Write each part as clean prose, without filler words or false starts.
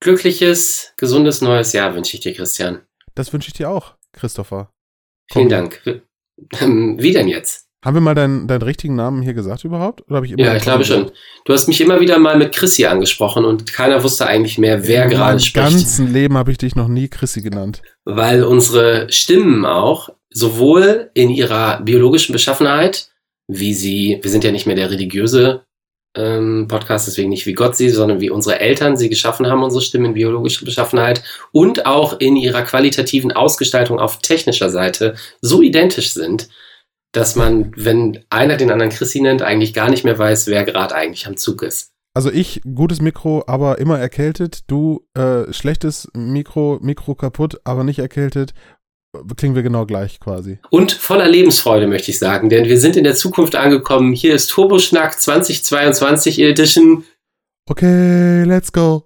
glückliches, gesundes neues Jahr wünsche ich dir, Christian. Das wünsche ich dir auch, Christopher. Vielen Dank. Wie denn jetzt? Haben wir mal deinen richtigen Namen hier gesagt überhaupt? Oder hab ich immer Ja, ich glaube schon. Du hast mich immer wieder mal mit Chrissy angesprochen und keiner wusste eigentlich mehr, wer gerade spricht. Im ganzen Leben habe ich dich noch nie Chrissy genannt. Weil unsere Stimmen auch sowohl in ihrer biologischen Beschaffenheit, wir sind ja nicht mehr der religiöse Podcast, deswegen nicht wie Gott sie, sondern wie unsere Eltern sie geschaffen haben, unsere Stimmen in biologischer Beschaffenheit und auch in ihrer qualitativen Ausgestaltung auf technischer Seite so identisch sind, dass man, wenn einer den anderen Chrissy nennt, eigentlich gar nicht mehr weiß, wer gerade eigentlich am Zug ist. Also ich, gutes Mikro, aber immer erkältet. Du, schlechtes Mikro kaputt, aber nicht erkältet. Klingen wir genau gleich quasi. Und voller Lebensfreude, möchte ich sagen, denn wir sind in der Zukunft angekommen. Hier ist Turboschnack 2022 Edition. Okay, let's go.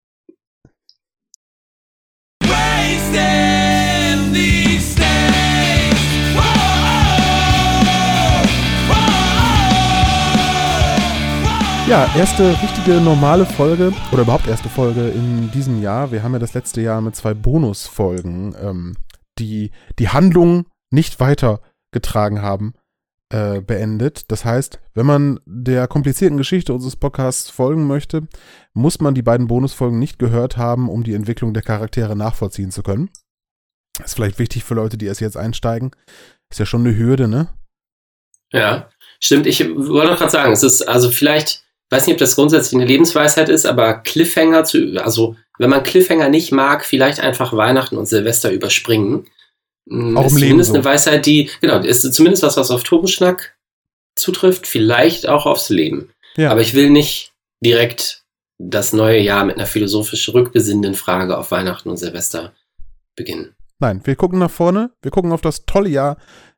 Ja, erste richtige normale Folge oder überhaupt erste Folge in diesem Jahr. Wir haben ja das letzte Jahr mit 2 Bonusfolgen, die Handlung nicht weitergetragen haben, beendet. Das heißt, wenn man der komplizierten Geschichte unseres Podcasts folgen möchte, muss man die beiden Bonusfolgen nicht gehört haben, um die Entwicklung der Charaktere nachvollziehen zu können. Das ist vielleicht wichtig für Leute, die erst jetzt einsteigen. Ist ja schon eine Hürde, ne? Ja, stimmt. Ich wollte noch gerade sagen, es ist also vielleicht, weiß nicht, ob das grundsätzlich eine Lebensweisheit ist, aber Cliffhanger wenn man Cliffhanger nicht mag, vielleicht einfach Weihnachten und Silvester überspringen. Auch ist im Leben zumindest so. Eine Weisheit, ist zumindest was auf Turboschnack zutrifft, vielleicht auch aufs Leben. Ja. Aber ich will nicht direkt das neue Jahr mit einer philosophisch rückbesinnenden Frage auf Weihnachten und Silvester beginnen. Nein, wir gucken nach vorne, wir gucken auf das tolle Jahr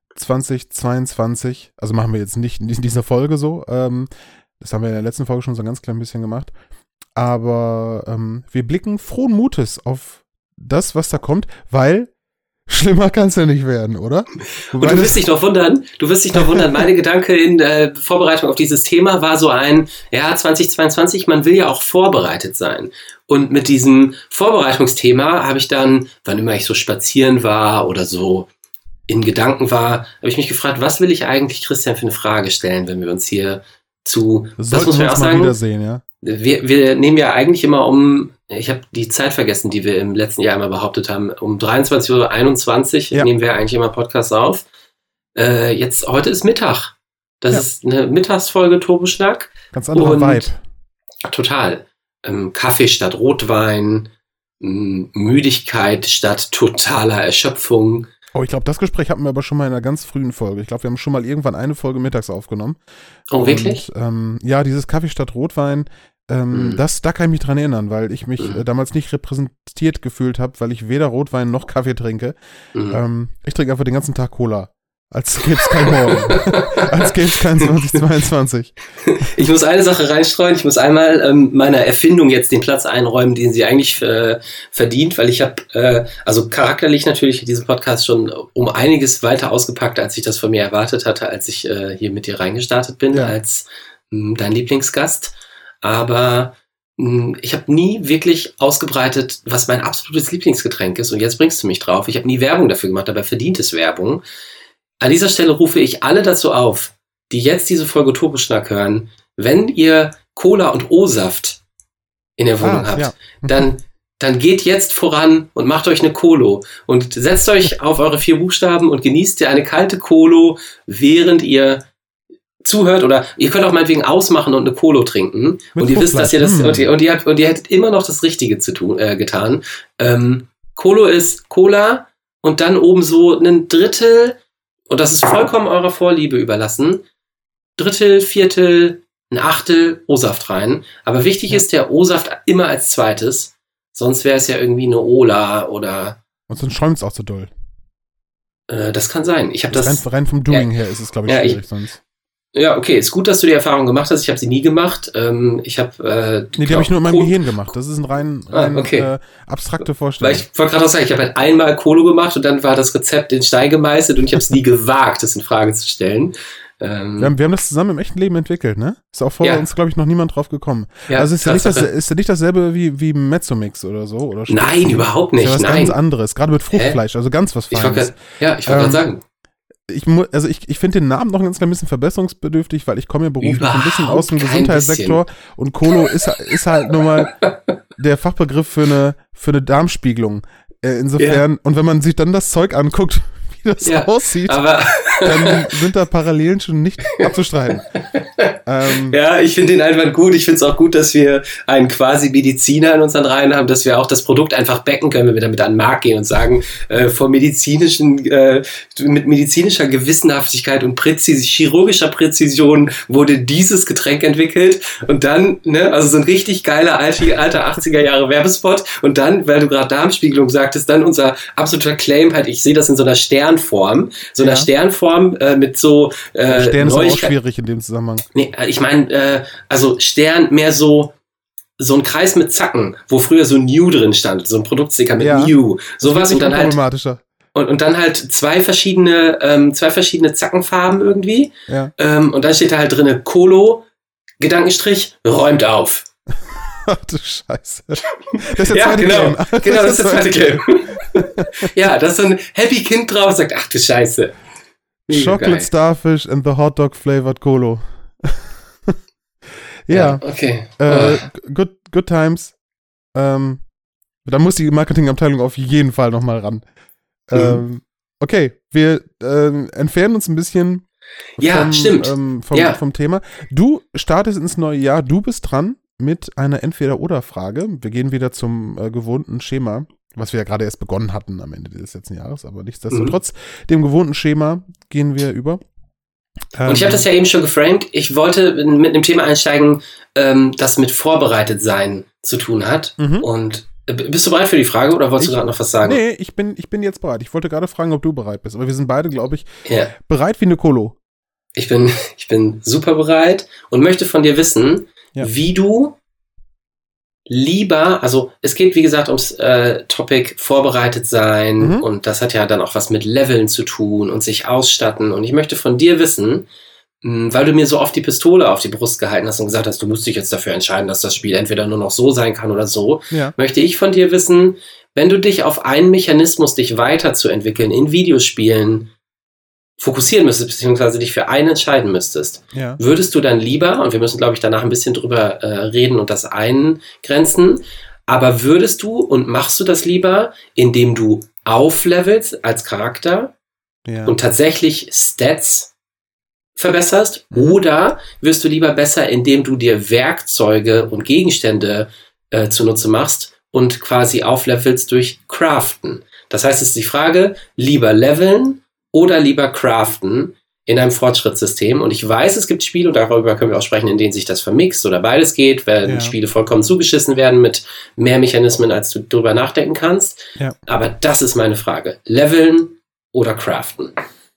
2022. Also machen wir jetzt nicht in dieser Folge so. Das haben wir in der letzten Folge schon so ein ganz klein bisschen gemacht. Aber wir blicken frohen Mutes auf das, was da kommt, weil schlimmer kann es ja nicht werden, oder? Und du wirst dich noch wundern, meine Gedanke in Vorbereitung auf dieses Thema war so 2022, man will ja auch vorbereitet sein. Und mit diesem Vorbereitungsthema habe ich dann, wann immer ich so spazieren war oder so in Gedanken war, habe ich mich gefragt, was will ich eigentlich Christian für eine Frage stellen, wenn wir uns hier das muss man auch sagen, mal wiedersehen, ja. Wir nehmen ja eigentlich immer ich habe die Zeit vergessen, die wir im letzten Jahr immer behauptet haben, um 23:21 Uhr nehmen wir eigentlich immer Podcasts auf. Heute ist Mittag. Das ist eine Mittagsfolge Turboschnack. Ganz anderer Vibe. Total. Kaffee statt Rotwein, Müdigkeit statt totaler Erschöpfung. Oh, ich glaube, das Gespräch hatten wir aber schon mal in einer ganz frühen Folge. Ich glaube, wir haben schon mal irgendwann eine Folge mittags aufgenommen. Oh, wirklich? Und, dieses Kaffee statt Rotwein, da kann ich mich dran erinnern, weil ich mich damals nicht repräsentiert gefühlt habe, weil ich weder Rotwein noch Kaffee trinke. Ich trinke einfach den ganzen Tag Cola. Als gäbe es kein Morgen. Als gäbe es kein 2022. Ich muss eine Sache reinstreuen. Ich muss einmal meiner Erfindung jetzt den Platz einräumen, den sie eigentlich verdient, weil ich habe, charakterlich natürlich in diesem Podcast schon um einiges weiter ausgepackt, als ich das von mir erwartet hatte, als ich hier mit dir reingestartet bin, als dein Lieblingsgast. Aber ich habe nie wirklich ausgebreitet, was mein absolutes Lieblingsgetränk ist. Und jetzt bringst du mich drauf. Ich habe nie Werbung dafür gemacht, aber verdient es Werbung. An dieser Stelle rufe ich alle dazu auf, die jetzt diese Folge Turboschnack hören, wenn ihr Cola und O-Saft in der Wohnung habt, dann geht jetzt voran und macht euch eine Colo und setzt euch auf eure 4 Buchstaben und genießt ihr eine kalte Colo, während ihr zuhört, oder ihr könnt auch meinetwegen ausmachen und eine Colo trinken und ihr wisst, dass ihr das und ihr hättet immer noch das Richtige getan. Colo ist Cola und dann oben so ein Drittel, und das ist vollkommen eurer Vorliebe überlassen, Drittel, Viertel, ein Achtel O-Saft rein. Aber wichtig ist der O-Saft immer als zweites, sonst wäre es ja irgendwie eine Ola oder... Und sonst schäumt es auch zu doll. Das kann sein. Ich habe das rein vom Doing her ist es, glaube ich, schwierig sonst. Ja, okay, ist gut, dass du die Erfahrung gemacht hast. Ich habe sie nie gemacht. Die habe ich nur in meinem Gehirn gemacht. Das ist ein rein abstrakte Vorstellung. Weil ich wollte gerade auch sagen, ich habe halt einmal Colo gemacht und dann war das Rezept in Stein gemeißelt und ich habe es nie gewagt, das in Frage zu stellen. Wir haben das zusammen im echten Leben entwickelt, ne? Ist auch vor uns, glaube ich, noch niemand drauf gekommen. Ja, also ist ja nicht dasselbe wie Mezzomix oder so? Oder nein, überhaupt nicht. Ist ja was nein. ganz anderes, gerade mit Fruchtfleisch, also ganz was Feines. Ich wollte gerade sagen. Ich finde den Namen noch ein ganz klein bisschen verbesserungsbedürftig, weil ich komme ja beruflich ein bisschen aus dem Gesundheitssektor und Kolo ist halt nur mal der Fachbegriff für eine Darmspiegelung. Insofern, und wenn man sich dann das Zeug anguckt, wie das aussieht, dann sind da Parallelen schon nicht abzustreiten. Ja, ich finde den Einwand gut. Ich finde es auch gut, dass wir einen quasi Mediziner in unseren Reihen haben, dass wir auch das Produkt einfach backen können, wenn wir damit an den Markt gehen und sagen, mit medizinischer Gewissenhaftigkeit und chirurgischer Präzision wurde dieses Getränk entwickelt und dann, ne, also so ein richtig geiler alter 80er Jahre Werbespot und dann, weil du gerade Darmspiegelung sagtest, dann unser absoluter Claim halt, ich sehe das in so einer Sternform, mit so Stern ist auch schwierig in dem Zusammenhang. Nee, ich meine, also Stern mehr so ein Kreis mit Zacken, wo früher so New drin stand, so ein Produktsticker mit New, sowas und dann halt und dann halt zwei verschiedene Zackenfarben irgendwie. Ja. Und dann steht da halt drinne Kolo, Gedankenstrich, räumt auf. Ach du Scheiße. Das ist der zweite Claim. Genau, das ist der zweite Claim. Ja, da ist so ein Happy Kind drauf und sagt, ach du Scheiße. Chocolate Starfish and the Hot Dog Flavored Kolo. Ja, okay. Good times. Da muss die Marketingabteilung auf jeden Fall nochmal ran. Okay, wir entfernen uns ein bisschen vom Thema. Du startest ins neue Jahr, du bist dran mit einer Entweder-Oder-Frage. Wir gehen wieder zum gewohnten Schema, was wir ja gerade erst begonnen hatten am Ende des letzten Jahres, aber nichtsdestotrotz, dem gewohnten Schema gehen wir über. Und ich habe das ja eben schon geframed. Ich wollte mit einem Thema einsteigen, das mit Vorbereitet-Sein zu tun hat. Und bist du bereit für die Frage oder wolltest du gerade noch was sagen? Nee, ich bin jetzt bereit. Ich wollte gerade fragen, ob du bereit bist. Aber wir sind beide, glaube ich, bereit wie eine Kolo. Ich bin super bereit und möchte von dir wissen, wie du lieber, also es geht wie gesagt ums Topic vorbereitet sein und das hat ja dann auch was mit Leveln zu tun und sich ausstatten und ich möchte von dir wissen, weil du mir so oft die Pistole auf die Brust gehalten hast und gesagt hast, du musst dich jetzt dafür entscheiden, dass das Spiel entweder nur noch so sein kann oder so, möchte ich von dir wissen, wenn du dich auf einen Mechanismus, dich weiterzuentwickeln in Videospielen fokussieren müsstest, beziehungsweise dich für einen entscheiden müsstest, würdest du dann lieber, und wir müssen, glaube ich, danach ein bisschen drüber reden und das eingrenzen, aber würdest du und machst du das lieber, indem du auflevelst als Charakter und tatsächlich Stats verbesserst, oder wirst du lieber besser, indem du dir Werkzeuge und Gegenstände zunutze machst und quasi auflevelst durch Craften? Das heißt, es ist die Frage, lieber leveln oder lieber craften in einem Fortschrittssystem. Und ich weiß, es gibt Spiele, und darüber können wir auch sprechen, in denen sich das vermixt oder beides geht, wenn Spiele vollkommen zugeschissen werden mit mehr Mechanismen, als du drüber nachdenken kannst. Ja. Aber das ist meine Frage. Leveln oder craften?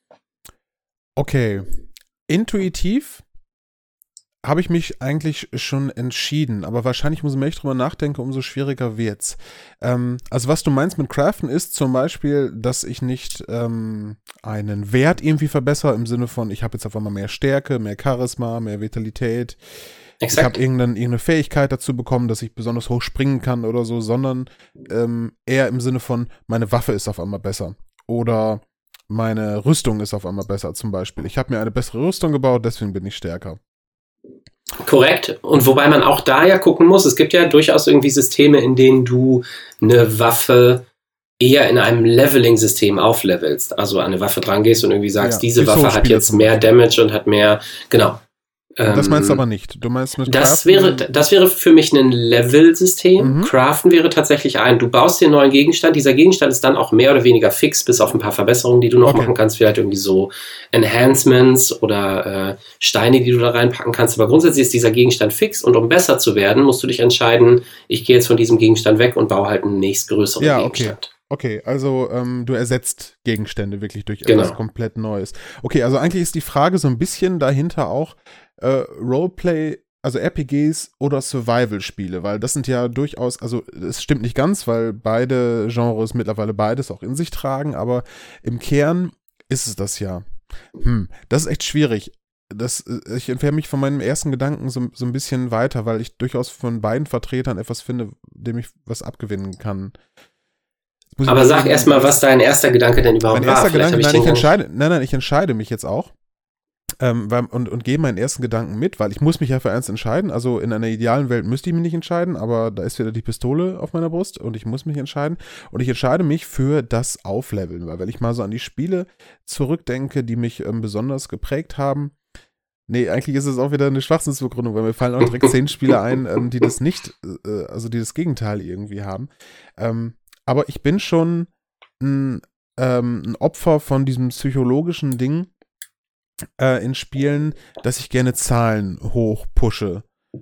Okay. Intuitiv habe ich mich eigentlich schon entschieden, aber wahrscheinlich, umso mehr ich drüber nachdenke, umso schwieriger wird's. Also was du meinst mit Craften ist zum Beispiel, dass ich nicht einen Wert irgendwie verbessere, im Sinne von, ich habe jetzt auf einmal mehr Stärke, mehr Charisma, mehr Vitalität. Exakt. Ich habe irgendeine Fähigkeit dazu bekommen, dass ich besonders hoch springen kann oder so, sondern eher im Sinne von, meine Waffe ist auf einmal besser. Oder meine Rüstung ist auf einmal besser zum Beispiel. Ich habe mir eine bessere Rüstung gebaut, deswegen bin ich stärker. Korrekt. Und wobei man auch da ja gucken muss, es gibt ja durchaus irgendwie Systeme, in denen du eine Waffe eher in einem Leveling-System auflevelst. Also an eine Waffe dran gehst und irgendwie sagst, diese Waffe hat jetzt mehr Damage und hat mehr, genau. Das meinst du aber nicht. Du meinst mit das wäre für mich ein Level-System. Craften wäre tatsächlich du baust dir einen neuen Gegenstand. Dieser Gegenstand ist dann auch mehr oder weniger fix, bis auf ein paar Verbesserungen, die du noch machen kannst. Vielleicht irgendwie so Enhancements oder Steine, die du da reinpacken kannst. Aber grundsätzlich ist dieser Gegenstand fix und um besser zu werden, musst du dich entscheiden, ich gehe jetzt von diesem Gegenstand weg und baue halt einen nächstgrößeren Gegenstand. Okay, also du ersetzt Gegenstände wirklich durch etwas komplett Neues. Okay, also eigentlich ist die Frage so ein bisschen dahinter auch, Roleplay, also RPGs oder Survival-Spiele, weil das sind ja durchaus, also es stimmt nicht ganz, weil beide Genres mittlerweile beides auch in sich tragen, aber im Kern ist es das ja. Das ist echt schwierig. ich entferne mich von meinem ersten Gedanken so ein bisschen weiter, weil ich durchaus von beiden Vertretern etwas finde, dem ich was abgewinnen kann. Aber sag erstmal, was dein erster Gedanke denn überhaupt war. Mein erster Gedanke, ich entscheide mich jetzt auch und gehe meinen ersten Gedanken mit, weil ich muss mich ja für eins entscheiden. Also in einer idealen Welt müsste ich mich nicht entscheiden, aber da ist wieder die Pistole auf meiner Brust und ich muss mich entscheiden. Und ich entscheide mich für das Aufleveln, weil wenn ich mal so an die Spiele zurückdenke, die mich besonders geprägt haben, nee, eigentlich ist es auch wieder eine Schwachsinnsbegründung, weil mir fallen auch direkt 10 Spiele ein, die das nicht, also die das Gegenteil irgendwie haben. Aber ich bin schon ein Opfer von diesem psychologischen Ding in Spielen, dass ich gerne Zahlen hoch pushe,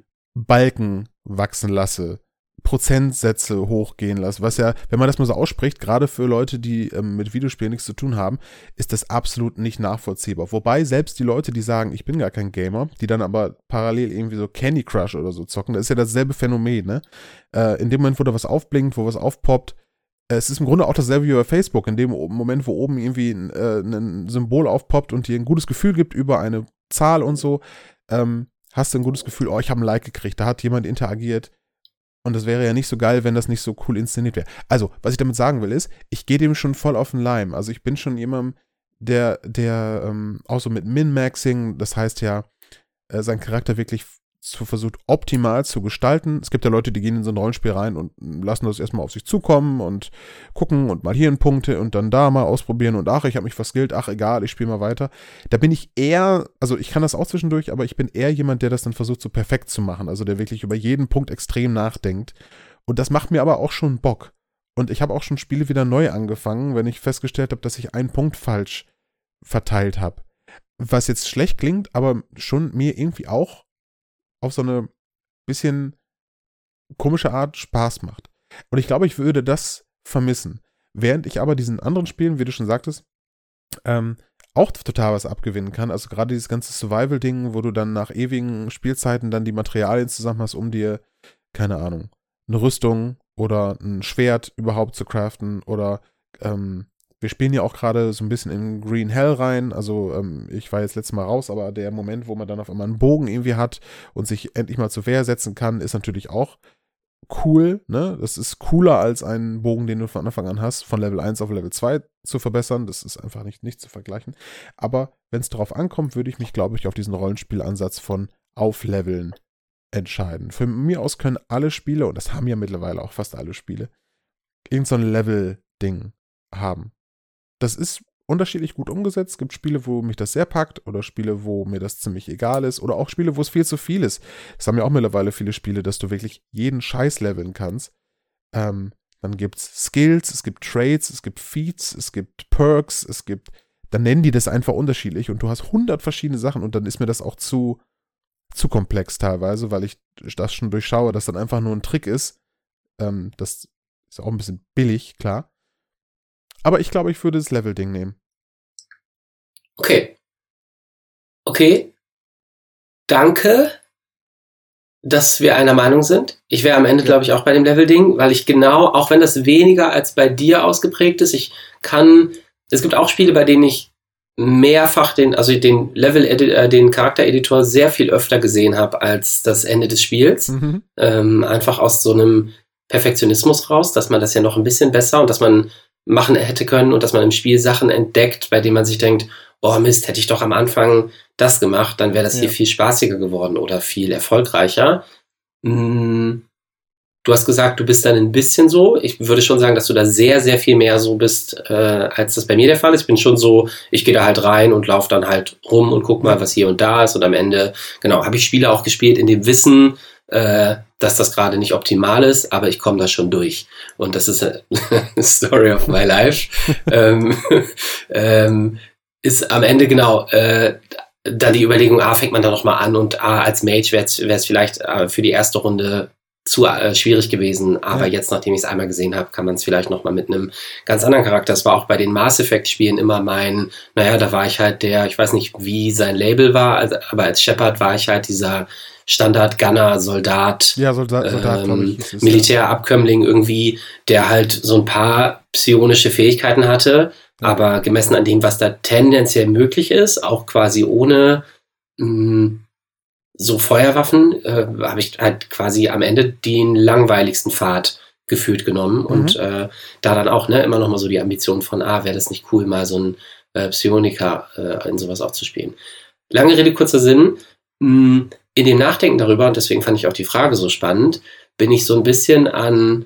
Balken wachsen lasse, Prozentsätze hochgehen lasse, was ja, wenn man das mal so ausspricht, gerade für Leute, die mit Videospielen nichts zu tun haben, ist das absolut nicht nachvollziehbar. Wobei selbst die Leute, die sagen, ich bin gar kein Gamer, die dann aber parallel irgendwie so Candy Crush oder so zocken, das ist ja dasselbe Phänomen, ne? In dem Moment, wo da was aufblinkt, wo was aufpoppt, es ist im Grunde auch dasselbe wie bei Facebook, in dem Moment, wo oben irgendwie ein Symbol aufpoppt und dir ein gutes Gefühl gibt über eine Zahl und so, hast du ein gutes Gefühl, oh, ich habe ein Like gekriegt, da hat jemand interagiert. Und das wäre ja nicht so geil, wenn das nicht so cool inszeniert wäre. Also, was ich damit sagen will, ist, ich gehe dem schon voll auf den Leim. Also ich bin schon jemand, der auch so mit Min-Maxing, das heißt ja, seinen Charakter wirklich versucht optimal zu gestalten. Es gibt ja Leute, die gehen in so ein Rollenspiel rein und lassen das erstmal auf sich zukommen und gucken und mal hier in Punkte und dann da mal ausprobieren und ach, ich habe mich verskillt, ach egal, ich spiele mal weiter. Da bin ich eher, also ich kann das auch zwischendurch, aber ich bin eher jemand, der das dann versucht so perfekt zu machen, also der wirklich über jeden Punkt extrem nachdenkt und das macht mir aber auch schon Bock. Und ich habe auch schon Spiele wieder neu angefangen, wenn ich festgestellt habe, dass ich einen Punkt falsch verteilt habe. Was jetzt schlecht klingt, aber schon mir irgendwie auch auf so eine bisschen komische Art Spaß macht. Und ich glaube, ich würde das vermissen. Während ich aber diesen anderen Spielen, wie du schon sagtest, auch total was abgewinnen kann. Also gerade dieses ganze Survival-Ding, wo du dann nach ewigen Spielzeiten dann die Materialien zusammen hast, um dir, keine Ahnung, eine Rüstung oder ein Schwert überhaupt zu craften oder wir spielen ja auch gerade so ein bisschen in Green Hell rein, also ich war jetzt letztes Mal raus, aber der Moment, wo man dann auf einmal einen Bogen irgendwie hat und sich endlich mal zur Wehr setzen kann, ist natürlich auch cool, ne? Das ist cooler als einen Bogen, den du von Anfang an hast, von Level 1 auf Level 2 zu verbessern, das ist einfach nicht zu vergleichen, aber wenn es darauf ankommt, würde ich mich, glaube ich, auf diesen Rollenspielansatz von Aufleveln entscheiden. Für mir aus können alle Spiele, und das haben ja mittlerweile auch fast alle Spiele, irgend so ein Level-Ding haben. Das ist unterschiedlich gut umgesetzt. Es gibt Spiele, wo mich das sehr packt oder Spiele, wo mir das ziemlich egal ist oder auch Spiele, wo es viel zu viel ist. Es haben ja auch mittlerweile viele Spiele, dass du wirklich jeden Scheiß leveln kannst. Dann gibt es Skills, es gibt Traits, es gibt Feats, es gibt Perks, dann nennen die das einfach unterschiedlich und du hast 100 verschiedene Sachen und dann ist mir das auch zu komplex teilweise, weil ich das schon durchschaue, dass dann einfach nur ein Trick ist. Das ist auch ein bisschen billig, klar. Aber ich glaube, ich würde das Level-Ding nehmen. Okay. Danke, dass wir einer Meinung sind. Ich wäre am Ende, glaube ich, auch bei dem Level-Ding, weil ich genau, auch wenn das weniger als bei dir ausgeprägt ist, es gibt auch Spiele, bei denen ich mehrfach den Charaktereditor sehr viel öfter gesehen habe als das Ende des Spiels. Mhm. Einfach aus so einem Perfektionismus raus, dass man das ja noch ein bisschen besser und dass man machen hätte können und dass man im Spiel Sachen entdeckt, bei denen man sich denkt, oh Mist, hätte ich doch am Anfang das gemacht, dann wäre das hier viel spaßiger geworden oder viel erfolgreicher. Du hast gesagt, du bist dann ein bisschen so. Ich würde schon sagen, dass du da sehr, sehr viel mehr so bist, als das bei mir der Fall ist. Ich bin schon so, ich gehe da halt rein und laufe dann halt rum und guck mal, was hier und da ist und am Ende, genau, habe ich Spiele auch gespielt in dem Wissen, dass das gerade nicht optimal ist, aber ich komme da schon durch. Und das ist eine Story of my life. Ist am Ende genau dann die Überlegung, fängt man da nochmal an und als Mage wäre es vielleicht für die erste Runde zu schwierig gewesen, aber jetzt, nachdem ich es einmal gesehen habe, kann man es vielleicht nochmal mit einem ganz anderen Charakter. Das war auch bei den Mass Effect Spielen immer da war ich halt ich weiß nicht, wie sein Label war, aber als Shepard war ich halt dieser Standard-Gunner, Soldat, glaube ich, Militärabkömmling irgendwie, der halt so ein paar psionische Fähigkeiten hatte, aber gemessen an dem, was da tendenziell möglich ist, auch quasi ohne So Feuerwaffen habe ich halt quasi am Ende den langweiligsten Pfad gefühlt genommen und da dann auch immer noch mal so die Ambition von, wäre das nicht cool, mal so ein Psioniker in sowas auch zu spielen. Lange Rede, kurzer Sinn. In dem Nachdenken darüber, und deswegen fand ich auch die Frage so spannend, bin ich so ein bisschen an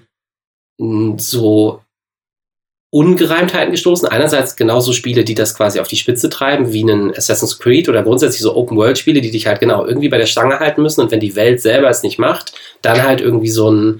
so Ungereimtheiten gestoßen. Einerseits genauso Spiele, die das quasi auf die Spitze treiben, wie einen Assassin's Creed oder grundsätzlich so Open-World-Spiele, die dich halt genau irgendwie bei der Stange halten müssen und wenn die Welt selber es nicht macht, dann halt irgendwie so ein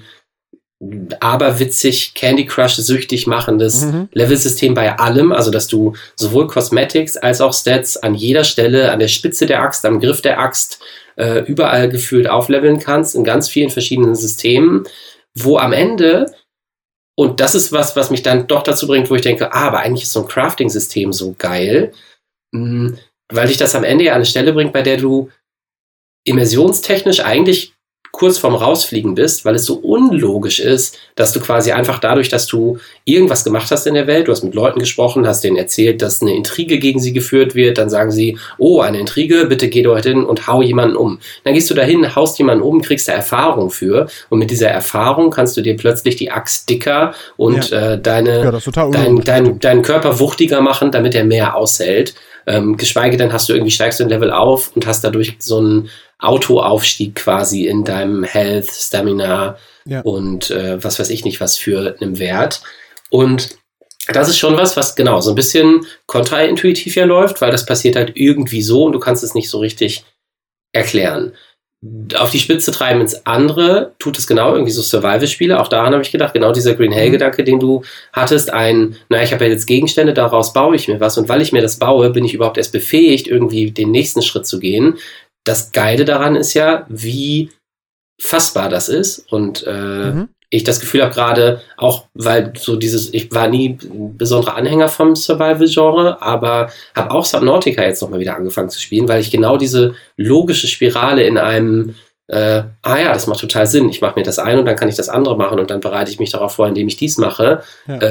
aberwitzig Candy Crush süchtig machendes Levelsystem bei allem, also dass du sowohl Cosmetics als auch Stats an jeder Stelle, an der Spitze der Axt, am Griff der Axt, überall gefühlt aufleveln kannst, in ganz vielen verschiedenen Systemen, wo am Ende, und das ist was mich dann doch dazu bringt, wo ich denke, aber eigentlich ist so ein Crafting-System so geil, weil dich das am Ende ja an eine Stelle bringt, bei der du immersionstechnisch eigentlich kurz vorm Rausfliegen bist, weil es so unlogisch ist, dass du quasi einfach dadurch, dass du irgendwas gemacht hast in der Welt, du hast mit Leuten gesprochen, hast denen erzählt, dass eine Intrige gegen sie geführt wird, dann sagen sie, oh, eine Intrige, bitte geh dort hin und hau jemanden um. Dann gehst du dahin, haust jemanden um, kriegst da Erfahrung für und mit dieser Erfahrung kannst du dir plötzlich die Axt dicker und deinen Körper wuchtiger machen, damit er mehr aushält. Geschweige denn steigst du ein Level auf und hast dadurch so einen Autoaufstieg quasi in deinem Health, Stamina und was weiß ich nicht was für einen Wert. Und das ist schon was genau so ein bisschen kontraintuitiv ja läuft, weil das passiert halt irgendwie so und du kannst es nicht so richtig erklären. Auf die Spitze treiben ins andere tut es genau, irgendwie so Survival-Spiele. Auch daran habe ich gedacht, genau dieser Green Hell-Gedanke, den du hattest, ich habe ja jetzt Gegenstände, daraus baue ich mir was und weil ich mir das baue, bin ich überhaupt erst befähigt, irgendwie den nächsten Schritt zu gehen. Das Geile daran ist ja, wie fassbar das ist und ich das Gefühl habe gerade, auch weil so ich war nie ein besonderer Anhänger vom Survival-Genre, aber habe auch Subnautica jetzt nochmal wieder angefangen zu spielen, weil ich genau diese logische Spirale in einem das macht total Sinn, ich mache mir das ein und dann kann ich das andere machen und dann bereite ich mich darauf vor, indem ich dies mache,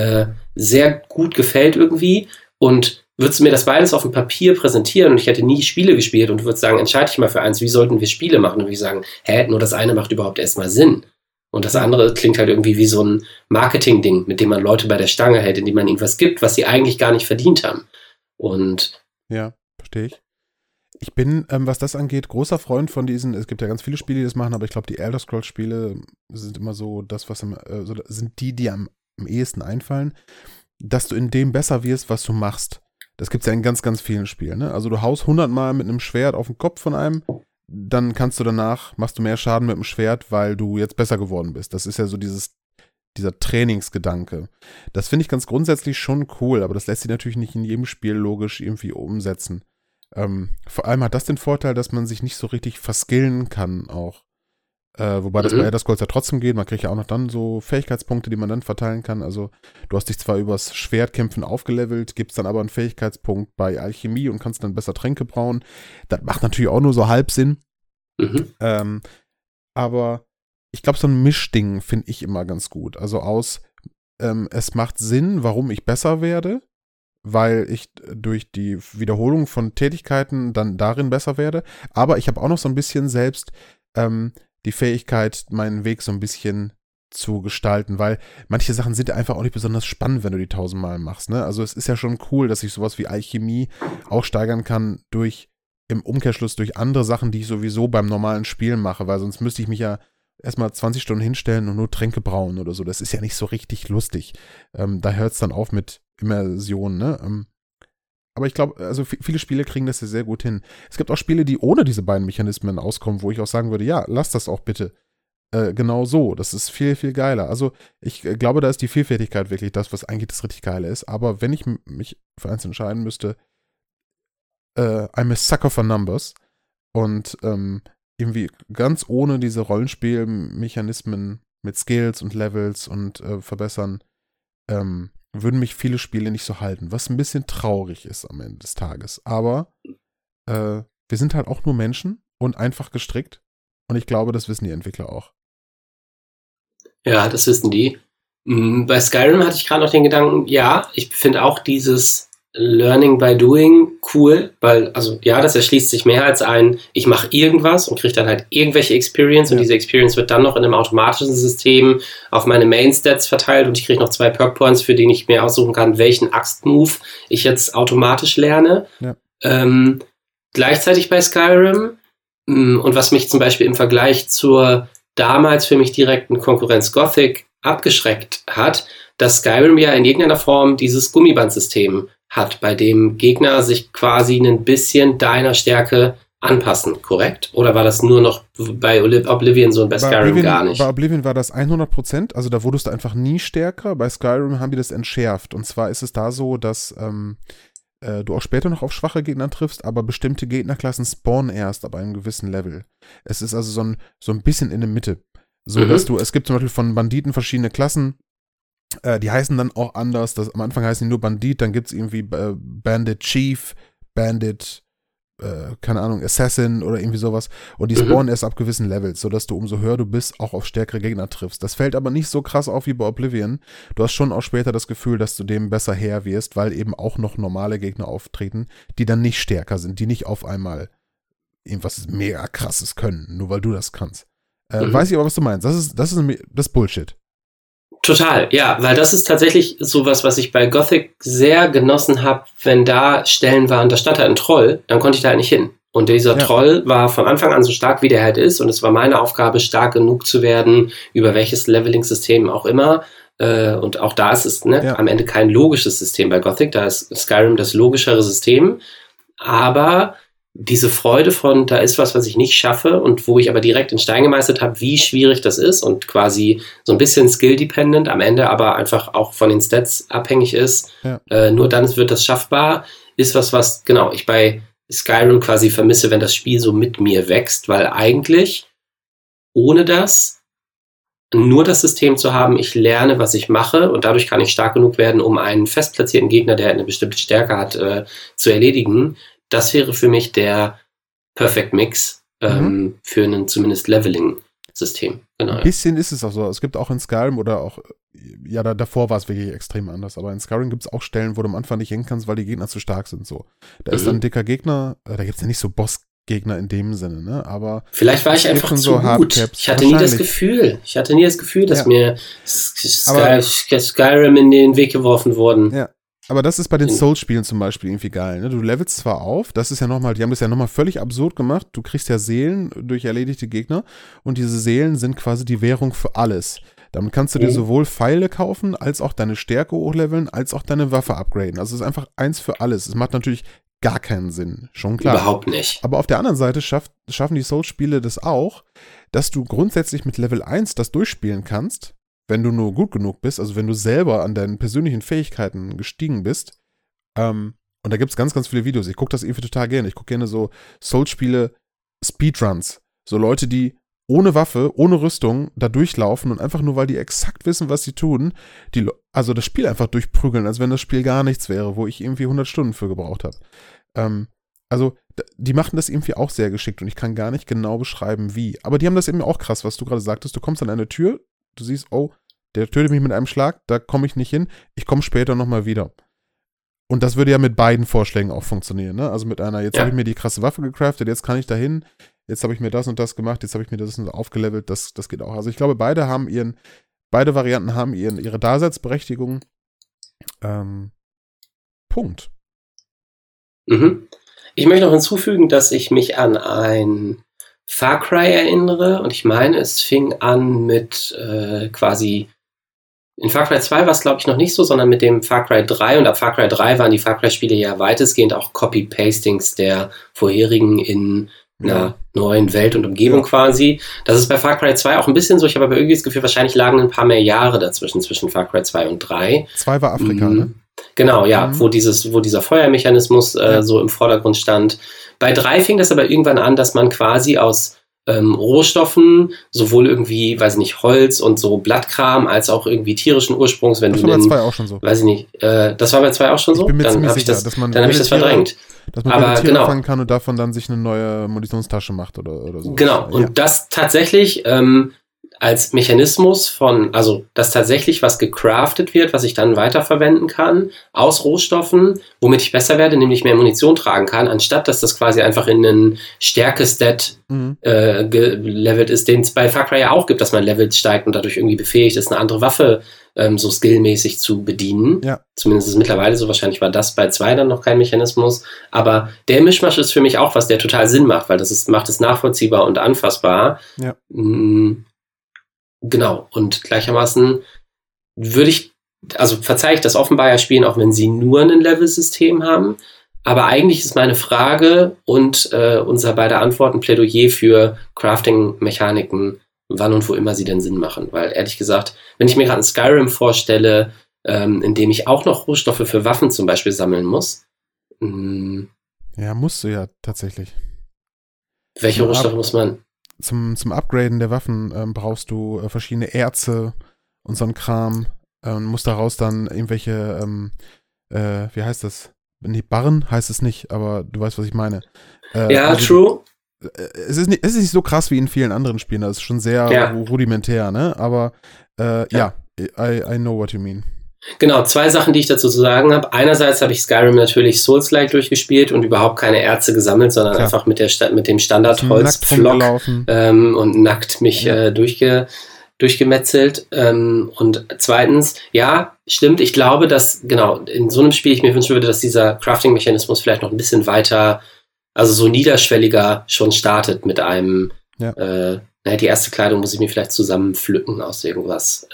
sehr gut gefällt irgendwie und würdest du mir das beides auf dem Papier präsentieren und ich hätte nie Spiele gespielt und du würdest sagen, entscheide ich mal für eins, wie sollten wir Spiele machen? Und würde ich sagen, nur das eine macht überhaupt erstmal Sinn. Und das andere klingt halt irgendwie wie so ein Marketing-Ding, mit dem man Leute bei der Stange hält, indem man ihnen was gibt, was sie eigentlich gar nicht verdient haben. Und ja, verstehe ich. Ich bin, was das angeht, großer Freund von es gibt ja ganz viele Spiele, die das machen, aber ich glaube, die Elder Scrolls-Spiele sind immer so das, sind die am ehesten einfallen, dass du in dem besser wirst, was du machst. Das gibt es ja in ganz, ganz vielen Spielen. Ne? Also du haust 100 Mal mit einem Schwert auf den Kopf von einem, dann machst du mehr Schaden mit dem Schwert, weil du jetzt besser geworden bist. Das ist ja so dieser Trainingsgedanke. Das finde ich ganz grundsätzlich schon cool, aber das lässt sich natürlich nicht in jedem Spiel logisch irgendwie umsetzen. Vor allem hat das den Vorteil, dass man sich nicht so richtig verskillen kann auch. Wobei das bei Elder Scrolls ja trotzdem geht. Man kriegt ja auch noch dann so Fähigkeitspunkte, die man dann verteilen kann. Also du hast dich zwar übers Schwertkämpfen aufgelevelt, gibst dann aber einen Fähigkeitspunkt bei Alchemie und kannst dann besser Tränke brauen. Das macht natürlich auch nur so halb Sinn. Aber ich glaube, so ein Mischding finde ich immer ganz gut. Also es macht Sinn, warum ich besser werde, weil ich durch die Wiederholung von Tätigkeiten dann darin besser werde. Aber ich habe auch noch so ein bisschen selbst die Fähigkeit, meinen Weg so ein bisschen zu gestalten, weil manche Sachen sind ja einfach auch nicht besonders spannend, wenn du die 1000-mal machst. Ne? Also es ist ja schon cool, dass ich sowas wie Alchemie auch steigern kann im Umkehrschluss durch andere Sachen, die ich sowieso beim normalen Spielen mache, weil sonst müsste ich mich ja erstmal 20 Stunden hinstellen und nur Tränke brauen oder so. Das ist ja nicht so richtig lustig. Da hört es dann auf mit Immersion, ne? Aber ich glaube, also viele Spiele kriegen das ja sehr gut hin. Es gibt auch Spiele, die ohne diese beiden Mechanismen auskommen, wo ich auch sagen würde, ja, lass das auch bitte. Genau so. Das ist viel, viel geiler. Also ich glaube, da ist die Vielfältigkeit wirklich das, was eigentlich das richtig Geile ist. Aber wenn ich mich für eins entscheiden müsste, I'm a sucker for numbers. Und irgendwie ganz ohne diese Rollenspielmechanismen mit Skills und Levels und verbessern, würden mich viele Spiele nicht so halten, was ein bisschen traurig ist am Ende des Tages. Aber wir sind halt auch nur Menschen und einfach gestrickt. Und ich glaube, das wissen die Entwickler auch. Ja, das wissen die. Bei Skyrim hatte ich gerade noch den Gedanken, ja, ich finde auch dieses Learning by Doing cool, weil, also ja, das erschließt sich mehr als ich mache irgendwas und kriege dann halt irgendwelche Experience und diese Experience wird dann noch in einem automatischen System auf meine Main-Stats verteilt und ich kriege noch 2 Perk-Points, für die ich mir aussuchen kann, welchen Axt-Move ich jetzt automatisch lerne. Ja. Gleichzeitig bei Skyrim und was mich zum Beispiel im Vergleich zur damals für mich direkten Konkurrenz Gothic abgeschreckt hat, dass Skyrim ja in irgendeiner Form dieses Gummibandsystem hat, bei dem Gegner sich quasi ein bisschen deiner Stärke anpassen, korrekt? Oder war das nur noch bei Oblivion so und bei Skyrim gar nicht? Bei Oblivion war das 100%, also da wurdest du einfach nie stärker. Bei Skyrim haben die das entschärft. Und zwar ist es da so, dass du auch später noch auf schwache Gegner triffst, aber bestimmte Gegnerklassen spawnen erst ab einem gewissen Level. Es ist also so ein bisschen in der Mitte. So, dass es gibt zum Beispiel von Banditen verschiedene Klassen, die heißen dann auch anders. Am Anfang heißen die nur Bandit, dann gibt es irgendwie Bandit Chief, Bandit, keine Ahnung, Assassin oder irgendwie sowas. Und die spawnen erst ab gewissen Levels, sodass du umso höher du bist, auch auf stärkere Gegner triffst. Das fällt aber nicht so krass auf wie bei Oblivion. Du hast schon auch später das Gefühl, dass du dem besser Herr wirst, weil eben auch noch normale Gegner auftreten, die dann nicht stärker sind, die nicht auf einmal irgendwas mega krasses können, nur weil du das kannst. Weiß ich aber, was du meinst. Das ist Bullshit. Total, ja, weil das ist tatsächlich sowas, was ich bei Gothic sehr genossen habe, wenn da Stellen waren, da stand halt ein Troll, dann konnte ich da halt nicht hin. Und dieser Troll war von Anfang an so stark, wie der halt ist, und es war meine Aufgabe, stark genug zu werden, über welches Leveling-System auch immer. Und auch da ist es am Ende kein logisches System bei Gothic, da ist Skyrim das logischere System, aber diese Freude von, da ist was ich nicht schaffe und wo ich aber direkt in Stein gemeißelt habe, wie schwierig das ist und quasi so ein bisschen skill-dependent, am Ende aber einfach auch von den Stats abhängig ist, nur dann wird das schaffbar, ist was genau ich bei Skyrim quasi vermisse, wenn das Spiel so mit mir wächst, weil eigentlich ohne das nur das System zu haben, ich lerne, was ich mache und dadurch kann ich stark genug werden, um einen fest platzierten Gegner, der eine bestimmte Stärke hat, zu erledigen. Das wäre für mich der Perfect Mix für ein zumindest Leveling-System. Genau, ein bisschen ist es auch so. Es gibt auch in Skyrim oder auch, davor war es wirklich extrem anders, aber in Skyrim gibt es auch Stellen, wo du am Anfang nicht hin kannst, weil die Gegner zu stark sind. So. Da ist dann ein dicker Gegner, da gibt es ja nicht so Bossgegner in dem Sinne, ne? Aber vielleicht war ich einfach zu gut. Ich hatte nie das Gefühl, dass mir Skyrim in den Weg geworfen wurden. Ja. Aber das ist bei den Souls-Spielen zum Beispiel irgendwie geil, ne? Du levelst zwar auf, die haben das ja nochmal völlig absurd gemacht, du kriegst ja Seelen durch erledigte Gegner und diese Seelen sind quasi die Währung für alles. Damit kannst du dir sowohl Pfeile kaufen, als auch deine Stärke hochleveln, als auch deine Waffe upgraden. Also es ist einfach eins für alles. Es macht natürlich gar keinen Sinn, schon klar. Überhaupt nicht. Aber auf der anderen Seite schaffen die Souls-Spiele das auch, dass du grundsätzlich mit Level 1 das durchspielen kannst, wenn du nur gut genug bist, also wenn du selber an deinen persönlichen Fähigkeiten gestiegen bist. Und da gibt es ganz, ganz viele Videos. Ich gucke das irgendwie total gerne. Ich gucke gerne so Souls-Spiele, Speedruns. So Leute, die ohne Waffe, ohne Rüstung da durchlaufen und einfach nur, weil die exakt wissen, was sie tun, also das Spiel einfach durchprügeln, als wenn das Spiel gar nichts wäre, wo ich irgendwie 100 Stunden für gebraucht habe. Also die machen das irgendwie auch sehr geschickt und ich kann gar nicht genau beschreiben, wie. Aber die haben das eben auch krass, was du gerade sagtest. Du kommst an eine Tür, du siehst, oh, der tötet mich mit einem Schlag, da komme ich nicht hin, ich komme später nochmal wieder. Und das würde ja mit beiden Vorschlägen auch funktionieren, ne? Also mit einer, jetzt habe ich mir die krasse Waffe gecraftet, jetzt kann ich da hin, jetzt habe ich mir das und das gemacht, jetzt habe ich mir das und das aufgelevelt, das geht auch. Also ich glaube, beide Varianten haben ihre Daseinsberechtigung. Punkt. Ich möchte noch hinzufügen, dass ich mich an ein Far Cry erinnere und ich meine, es fing an mit quasi in Far Cry 2 war es glaube ich noch nicht so, sondern mit dem Far Cry 3 und ab Far Cry 3 waren die Far Cry Spiele ja weitestgehend auch Copy-Pastings der vorherigen in einer neuen Welt und Umgebung quasi. Das ist bei Far Cry 2 auch ein bisschen so, ich habe aber irgendwie das Gefühl, wahrscheinlich lagen ein paar mehr Jahre dazwischen, zwischen Far Cry 2 und 3. 2 war Afrika, ne? Genau, ja, wo dieser Feuermechanismus so im Vordergrund stand. Bei 3 fing das aber irgendwann an, dass man quasi aus Rohstoffen, sowohl irgendwie, weiß ich nicht, Holz und so Blattkram, als auch irgendwie tierischen Ursprungs, wenn das du war bei 2 auch schon so. Weiß ich nicht, das war bei 2 auch schon so? Dann habe ich das verdrängt. Dass man aber Tiere fangen kann und davon dann sich eine neue Munitionstasche macht oder so. Genau, und das tatsächlich, als Mechanismus also dass tatsächlich was gecraftet wird, was ich dann weiterverwenden kann, aus Rohstoffen, womit ich besser werde, nämlich mehr Munition tragen kann, anstatt dass das quasi einfach in einen Stärke-Stat gelevelt ist, den es bei Far Cry ja auch gibt, dass man Levels steigt und dadurch irgendwie befähigt ist, eine andere Waffe so skillmäßig zu bedienen. Ja. Zumindest ist es mittlerweile so, wahrscheinlich war das bei 2 dann noch kein Mechanismus, aber der Mischmasch ist für mich auch was, der total Sinn macht, weil macht es nachvollziehbar und anfassbar. Ja. Genau, und gleichermaßen verzeihe ich das offenbar ja spielen, auch wenn sie nur ein Level-System haben, aber eigentlich ist meine Frage und unser beider Antworten Plädoyer für Crafting-Mechaniken, wann und wo immer sie denn Sinn machen, weil ehrlich gesagt, wenn ich mir gerade ein Skyrim vorstelle, in dem ich auch noch Rohstoffe für Waffen zum Beispiel sammeln muss. Ja, musst du ja tatsächlich. Welche Rohstoffe muss man? Zum Upgraden der Waffen brauchst du verschiedene Erze und so ein Kram. Musst daraus dann irgendwelche, wie heißt das? Nee, Barren heißt es nicht, aber du weißt, was ich meine. Ja, also, true. Es ist nicht so krass wie in vielen anderen Spielen. Das ist schon sehr rudimentär, ne? Aber I know what you mean. Genau, 2 Sachen, die ich dazu zu sagen habe. Einerseits habe ich Skyrim natürlich Souls-like durchgespielt und überhaupt keine Erze gesammelt, sondern einfach mit dem Standard-Holzpflock und nackt mich durchgemetzelt. Und zweitens, ja, stimmt, ich glaube, dass genau in so einem Spiel ich mir wünschen würde, dass dieser Crafting-Mechanismus vielleicht noch ein bisschen weiter, also so niederschwelliger schon startet mit einem, die erste Kleidung muss ich mir vielleicht zusammenpflücken aus irgendwas.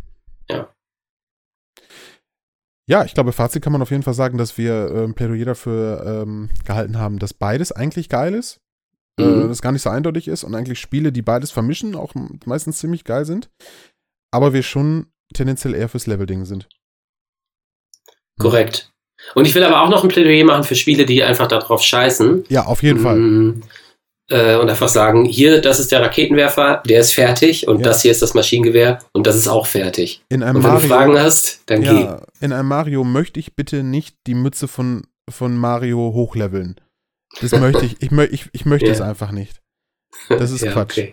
Ja, ich glaube, Fazit kann man auf jeden Fall sagen, dass wir ein Plädoyer dafür gehalten haben, dass beides eigentlich geil ist. Das gar nicht so eindeutig ist und eigentlich Spiele, die beides vermischen, auch meistens ziemlich geil sind. Aber wir schon tendenziell eher fürs Level-Ding sind. Korrekt. Und ich will aber auch noch ein Plädoyer machen für Spiele, die einfach darauf scheißen. Ja, auf jeden Fall. Und einfach sagen, hier, das ist der Raketenwerfer, der ist fertig und das hier ist das Maschinengewehr und das ist auch fertig. Und wenn du Fragen hast, dann geh. In einem Mario möchte ich bitte nicht die Mütze von Mario hochleveln. Das möchte ich. Ich möchte es einfach nicht. Das ist Quatsch. Okay.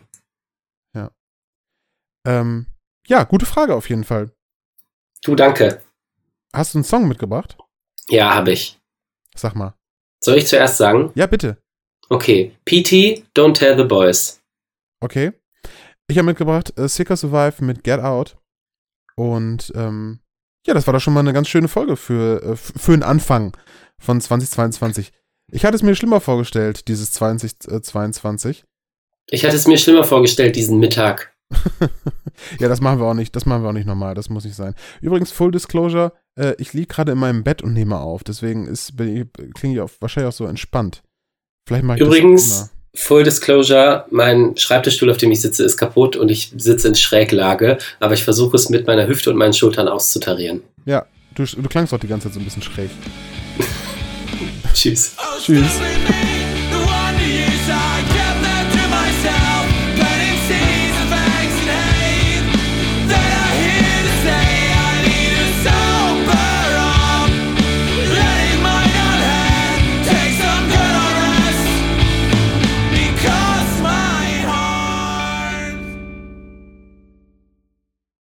Ja. Gute Frage auf jeden Fall. Du, danke. Hast du einen Song mitgebracht? Ja, habe ich. Sag mal. Soll ich zuerst sagen? Ja, bitte. Okay. PT, Don't Tell the Boys. Okay. Ich habe mitgebracht Sicker Survive mit Get Out. Und das war doch schon mal eine ganz schöne Folge für einen Anfang von 2022. Ich hatte es mir schlimmer vorgestellt, dieses 2022. Ich hatte es mir schlimmer vorgestellt, diesen Mittag. Ja, das machen wir auch nicht. Das machen wir auch nicht normal. Das muss nicht sein. Übrigens, Full Disclosure, ich liege gerade in meinem Bett und nehme auf. Deswegen klinge ich wahrscheinlich auch so entspannt. Vielleicht mache ich Übrigens, das immer. Full Disclosure, mein Schreibtischstuhl, auf dem ich sitze, ist kaputt und ich sitze in Schräglage, aber ich versuche es mit meiner Hüfte und meinen Schultern auszutarieren. Ja, du klangst doch die ganze Zeit so ein bisschen schräg. Tschüss. Tschüss.